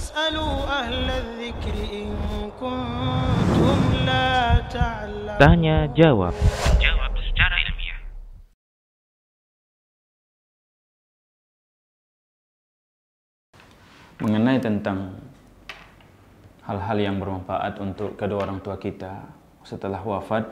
فاسألوا أهل الذكر إن كنتم لا تعلمون. Tanya jawab. Jawab secara ilmiah. Mengenai tentang hal-hal yang bermanfaat untuk kedua orang tua kita setelah wafat,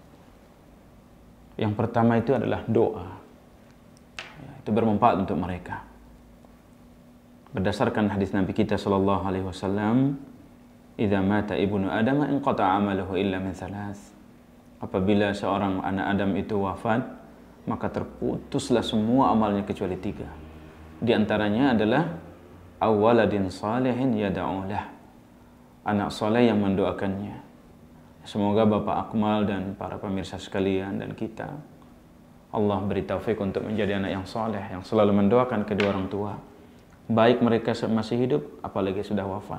yang pertama itu adalah doa. Itu bermanfaat untuk mereka. Berdasarkan hadis Nabi kita sallallahu alaihi wasallam, "Idza mata ibnu Adam inqata'a 'amaluhu illa min thalath." Apabila seorang anak Adam itu wafat, maka terputuslah semua amalnya kecuali 3. Di antaranya adalah awwaladin salihin yad'u lah. Anak soleh yang mendoakannya. Semoga Bapak Akmal dan para pemirsa sekalian dan kita, Allah beri taufik untuk menjadi anak yang soleh, yang selalu mendoakan kedua orang tua, baik mereka masih hidup, apalagi sudah wafat.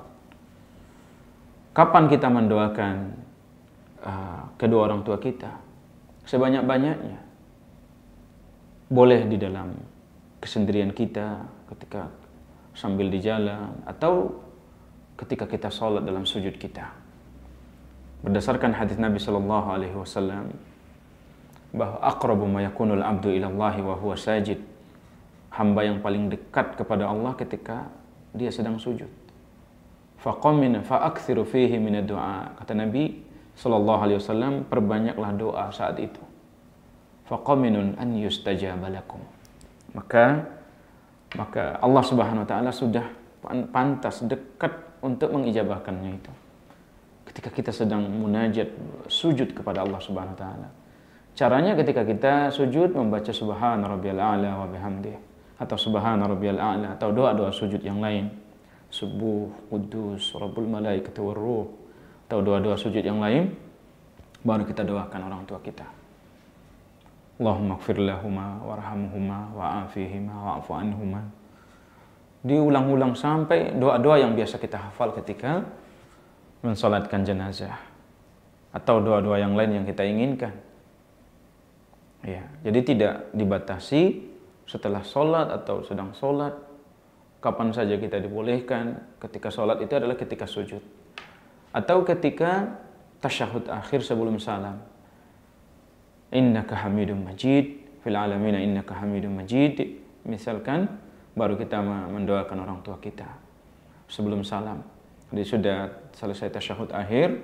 Kapan kita mendoakan kedua orang tua kita? Sebanyak-banyaknya. Boleh di dalam kesendirian kita, ketika sambil di jalan, atau ketika kita sholat dalam sujud kita. Berdasarkan hadis Nabi sallallahu alaihi wasallam, bahwa aqrabu ma yakunul abdu ila Allah wa huwa sajid. Hamba yang paling dekat kepada Allah ketika dia sedang sujud. Faqamina fa'aktsiru fihi min ad-du'a. Kata Nabi sallallahu alaihi wasallam, perbanyaklah doa saat itu. Faqaminun an yustajaba lakum. Maka Allah Subhanahu wa taala sudah pantas dekat untuk mengijabahkannya itu. Ketika kita sedang munajat sujud kepada Allah Subhanahu wa taala. Caranya ketika kita sujud membaca subhana rabbiyal a'la wa bihamdihi, atau subhana rabbiyal a'la, atau doa-doa sujud yang lain. Subuh, Qudus, Rabbul Malaikati Warruh, atau doa-doa sujud yang lain, baru kita doakan orang tua kita. Allahumma ighfir lahuma warhamhuma wa'afihima wa'fu anhuma. Diulang-ulang sampai doa-doa yang biasa kita hafal ketika mensalatkan jenazah, atau doa-doa yang lain yang kita inginkan. Ya, jadi tidak dibatasi setelah sholat atau sedang sholat, kapan saja kita dibolehkan. Ketika sholat itu adalah ketika sujud, atau ketika tasyahud akhir sebelum salam. Innaka hamidum majid fil alamin innaka hamidum majid. Misalkan baru kita mendoakan orang tua kita sebelum salam. Jadi sudah selesai tasyahud akhir,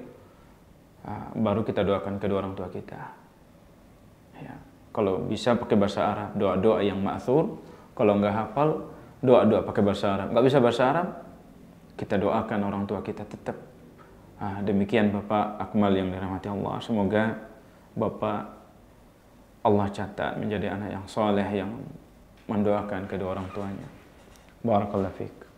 baru kita doakan kedua orang tua kita. Ya. Kalau bisa pakai bahasa Arab, doa-doa yang ma'thur. Kalau nggak hafal, doa-doa pakai bahasa Arab. Nggak bisa bahasa Arab, kita doakan orang tua kita tetap. Demikian Bapak Akmal yang dirahmati Allah. Semoga Bapak Allah catat menjadi anak yang soleh, yang mendoakan kedua orang tuanya. Barakallahu fiik.